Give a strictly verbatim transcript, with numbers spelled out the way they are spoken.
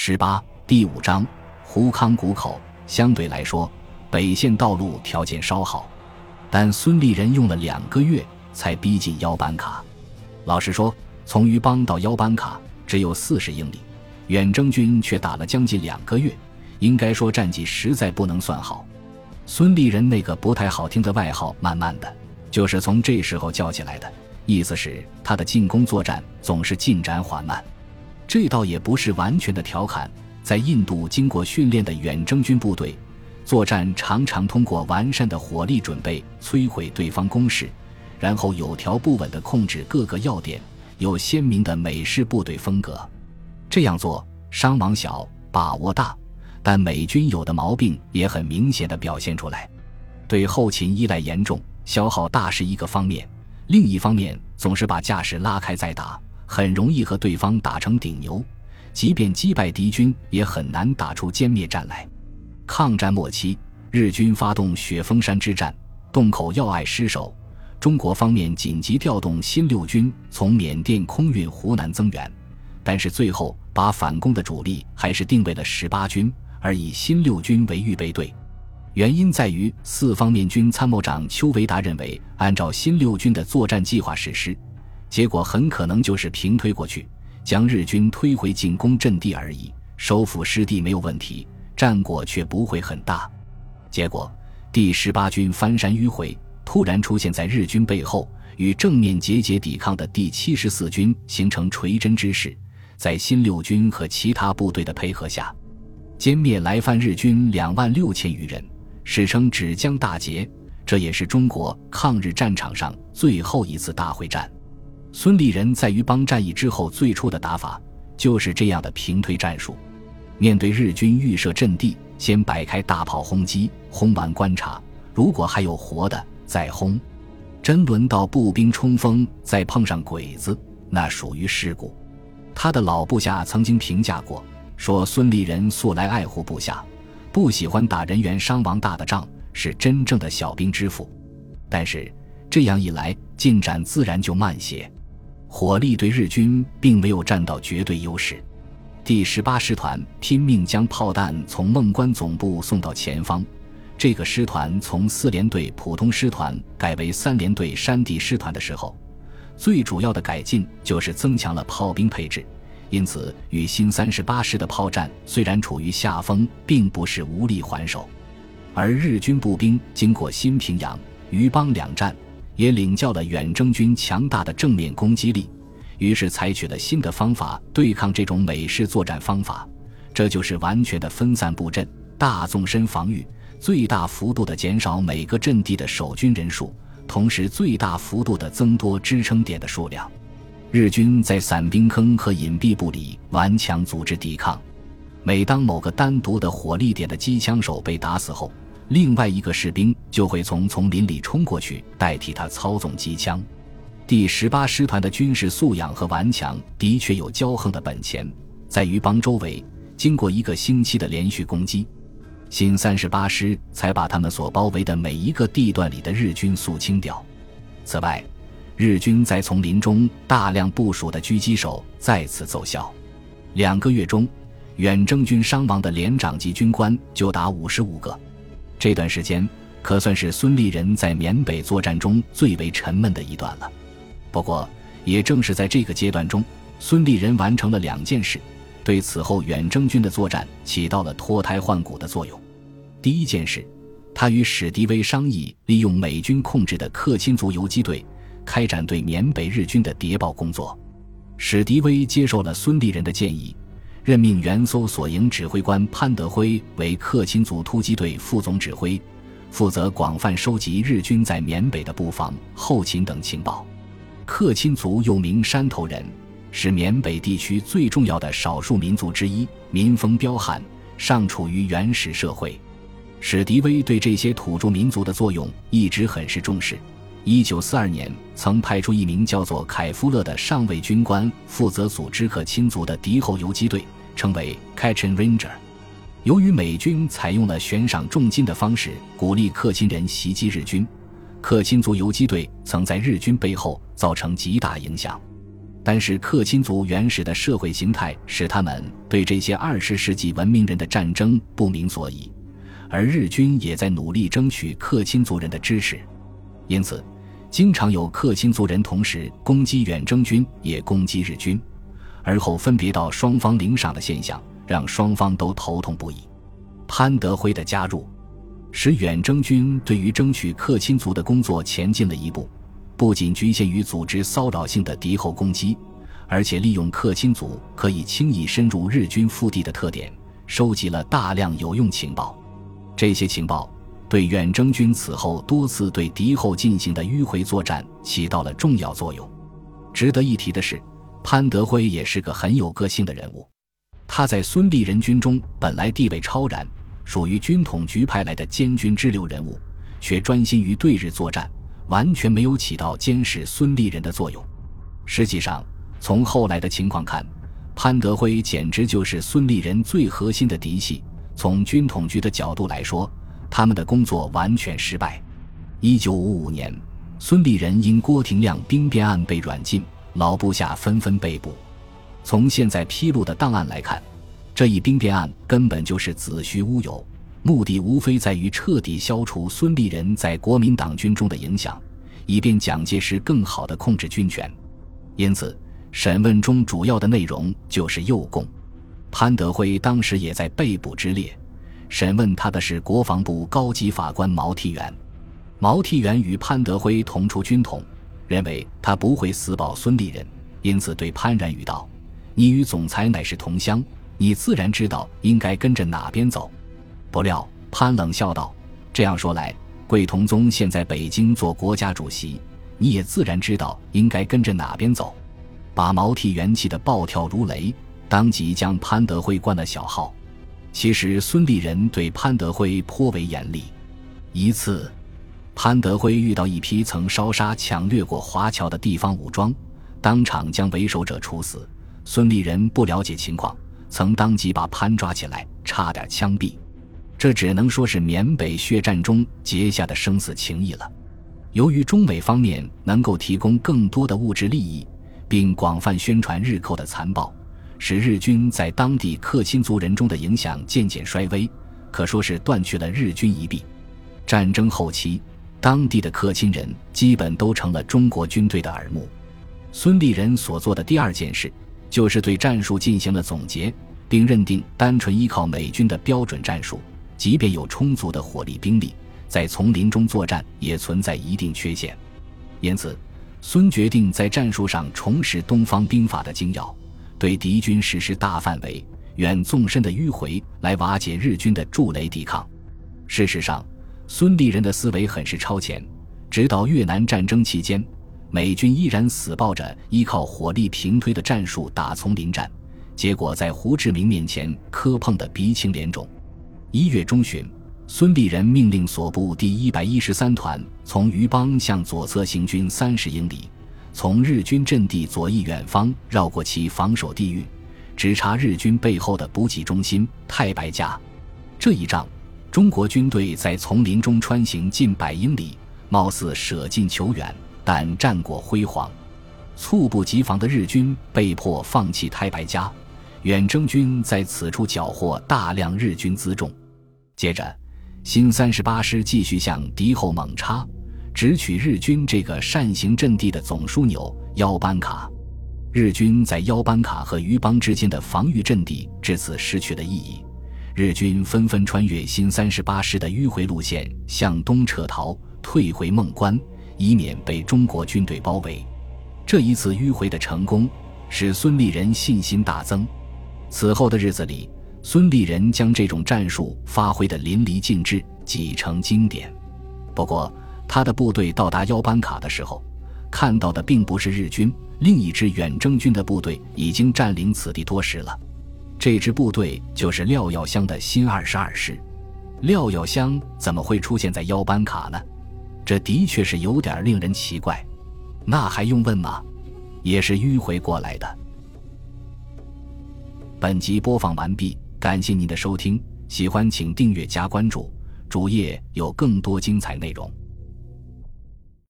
十八第五章胡康谷口。相对来说，北线道路条件稍好，但孙立人用了两个月才逼近腰班卡。老实说，从鱼帮到腰班卡只有四十英里，远征军却打了将近两个月，应该说战绩实在不能算好。孙立人那个不太好听的外号慢慢的就是从这时候叫起来的，意思是他的进攻作战总是进展缓慢。这倒也不是完全的调侃，在印度经过训练的远征军部队作战常常通过完善的火力准备摧毁对方攻势，然后有条不紊地控制各个要点，有鲜明的美式部队风格。这样做伤亡小，把握大，但美军有的毛病也很明显地表现出来。对后勤依赖严重，消耗大是一个方面，另一方面总是把架势拉开再打，很容易和对方打成顶牛，即便击败敌军也很难打出歼灭战来。抗战末期，日军发动雪峰山之战，洞口要隘失守，中国方面紧急调动新六军从缅甸空运湖南增援，但是最后把反攻的主力还是定为了十八军，而以新六军为预备队。原因在于四方面军参谋长邱维达认为，按照新六军的作战计划实施，结果很可能就是平推过去，将日军推回进攻阵地而已，收复失地没有问题，战果却不会很大。结果第十八军翻山迂回，突然出现在日军背后，与正面节节抵抗的第七十四军形成垂针之势，在新六军和其他部队的配合下，歼灭来犯日军两万六千余人，史称芷江大捷。这也是中国抗日战场上最后一次大会战。孙立人在鱼帮战役之后最初的打法就是这样的平推战术。面对日军预设阵地，先摆开大炮轰击，轰完观察，如果还有活的再轰，真轮到步兵冲锋再碰上鬼子，那属于事故。他的老部下曾经评价过，说孙立人素来爱护部下，不喜欢打人员伤亡大的仗，是真正的小兵之父。但是这样一来，进展自然就慢些，火力对日军并没有占到绝对优势。第十八师团拼命将炮弹从孟关总部送到前方，这个师团从四联队普通师团改为三联队山地师团的时候，最主要的改进就是增强了炮兵配置，因此与新三十八师的炮战虽然处于下风，并不是无力还手。而日军步兵经过新平阳、鱼帮两战，也领教了远征军强大的正面攻击力，于是采取了新的方法对抗这种美式作战方法，这就是完全的分散布阵，大纵深防御，最大幅度地减少每个阵地的守军人数，同时最大幅度地增多支撑点的数量。日军在散兵坑和隐蔽部里顽强组织抵抗，每当某个单独的火力点的机枪手被打死后，另外一个士兵就会从丛林里冲过去代替他操纵机枪。第十八师团的军事素养和顽强的确有骄横的本钱，在鱼帮周围经过一个星期的连续攻击，新三十八师才把他们所包围的每一个地段里的日军肃清掉。此外，日军在丛林中大量部署的狙击手再次奏效。两个月中，远征军伤亡的连长级军官就达五十五个。这段时间可算是孙立人在缅北作战中最为沉闷的一段了。不过也正是在这个阶段中，孙立人完成了两件事，对此后远征军的作战起到了脱胎换骨的作用。第一件事，他与史迪威商议利用美军控制的克钦族游击队开展对缅北日军的谍报工作。史迪威接受了孙立人的建议，任命原搜索营指挥官潘德辉为克钦族突击队副总指挥，负责广泛收集日军在缅北的布防、后勤等情报。克钦族又名山头人，是缅北地区最重要的少数民族之一，民风彪悍，尚处于原始社会。史迪威对这些土著民族的作用一直很是重视。一九四二年曾派出一名叫做凯夫勒的上尉军官负责组织克钦族的敌后游击队，称为 Kachin Ranger。 由于美军采用了悬赏重金的方式鼓励克钦人袭击日军，克钦族游击队曾在日军背后造成极大影响。 但是克钦族原始的社会形态使他们对这些二十世纪文明人的战争不明所以，而日军也在努力争取克钦族人的支持，因此经常有克钦族人同时攻击远征军也攻击日军，而后分别到双方领赏的现象让双方都头痛不已。潘德辉的加入使远征军对于争取克钦族的工作前进了一步，不仅局限于组织骚扰性的敌后攻击，而且利用克钦族可以轻易深入日军腹地的特点，收集了大量有用情报。这些情报对远征军此后多次对敌后进行的迂回作战起到了重要作用。值得一提的是，潘德辉也是个很有个性的人物。他在孙立人军中本来地位超然，属于军统局派来的监军之流人物，却专心于对日作战，完全没有起到监视孙立人的作用。实际上，从后来的情况看，潘德辉简直就是孙立人最核心的嫡系。从军统局的角度来说，他们的工作完全失败。一九五五年，孙立人因郭廷亮兵变案被软禁，老部下纷纷被捕。从现在披露的档案来看，这一兵变案根本就是子虚乌有，目的无非在于彻底消除孙立人在国民党军中的影响，以便蒋介石更好地控制军权。因此审问中主要的内容就是诱供。潘德辉当时也在被捕之列，审问他的是国防部高级法官毛替元。毛替元与潘德辉同出军统，认为他不会死保孙立人，因此对潘然语道：你与总裁乃是同乡，你自然知道应该跟着哪边走。不料潘冷笑道：这样说来，桂同宗现在北京做国家主席，你也自然知道应该跟着哪边走。把毛替元气得暴跳如雷，当即将潘德辉关了小号。其实孙立人对潘德辉颇为严厉。一次，潘德辉遇到一批曾烧杀抢掠过华侨的地方武装，当场将为首者处死。孙立人不了解情况，曾当即把潘抓起来，差点枪毙。这只能说是缅北血战中结下的生死情谊了。由于中美方面能够提供更多的物质利益，并广泛宣传日寇的残暴，使日军在当地克钦族人中的影响渐渐衰微，可说是断去了日军一臂。战争后期，当地的克钦人基本都成了中国军队的耳目。孙立人所做的第二件事，就是对战术进行了总结，并认定单纯依靠美军的标准战术，即便有充足的火力兵力，在丛林中作战也存在一定缺陷。因此孙决定在战术上重拾东方兵法的精要，对敌军实施大范围远纵深的迂回，来瓦解日军的筑垒抵抗。事实上，孙立人的思维很是超前，直到越南战争期间，美军依然死抱着依靠火力平推的战术打丛林战，结果在胡志明面前磕碰得鼻青脸肿。一月中旬，孙立人命令所部第一百一十三团从余邦向左侧行军三十英里，从日军阵地左翼远方绕过其防守地域，直插日军背后的补给中心太白家。这一仗，中国军队在丛林中穿行近百英里，貌似舍近求远，但战果辉煌。猝不及防的日军被迫放弃太白家，远征军在此处缴获大量日军辎重。接着新三十八师继续向敌后猛插，直取日军这个扇形阵地的总枢纽腰班卡。日军在腰班卡和余邦之间的防御阵地至此失去了意义，日军纷纷穿越新三十八师的迂回路线向东撤逃，退回孟关，以免被中国军队包围。这一次迂回的成功使孙立人信心大增。此后的日子里，孙立人将这种战术发挥得淋漓尽致，几成经典。不过他的部队到达腰班卡的时候，看到的并不是日军，另一支远征军的部队已经占领此地多时了。这支部队就是廖耀湘的新二十二师。廖耀湘怎么会出现在腰班卡呢？这的确是有点令人奇怪。那还用问吗？也是迂回过来的。本集播放完毕，感谢您的收听，喜欢请订阅加关注，主页有更多精彩内容。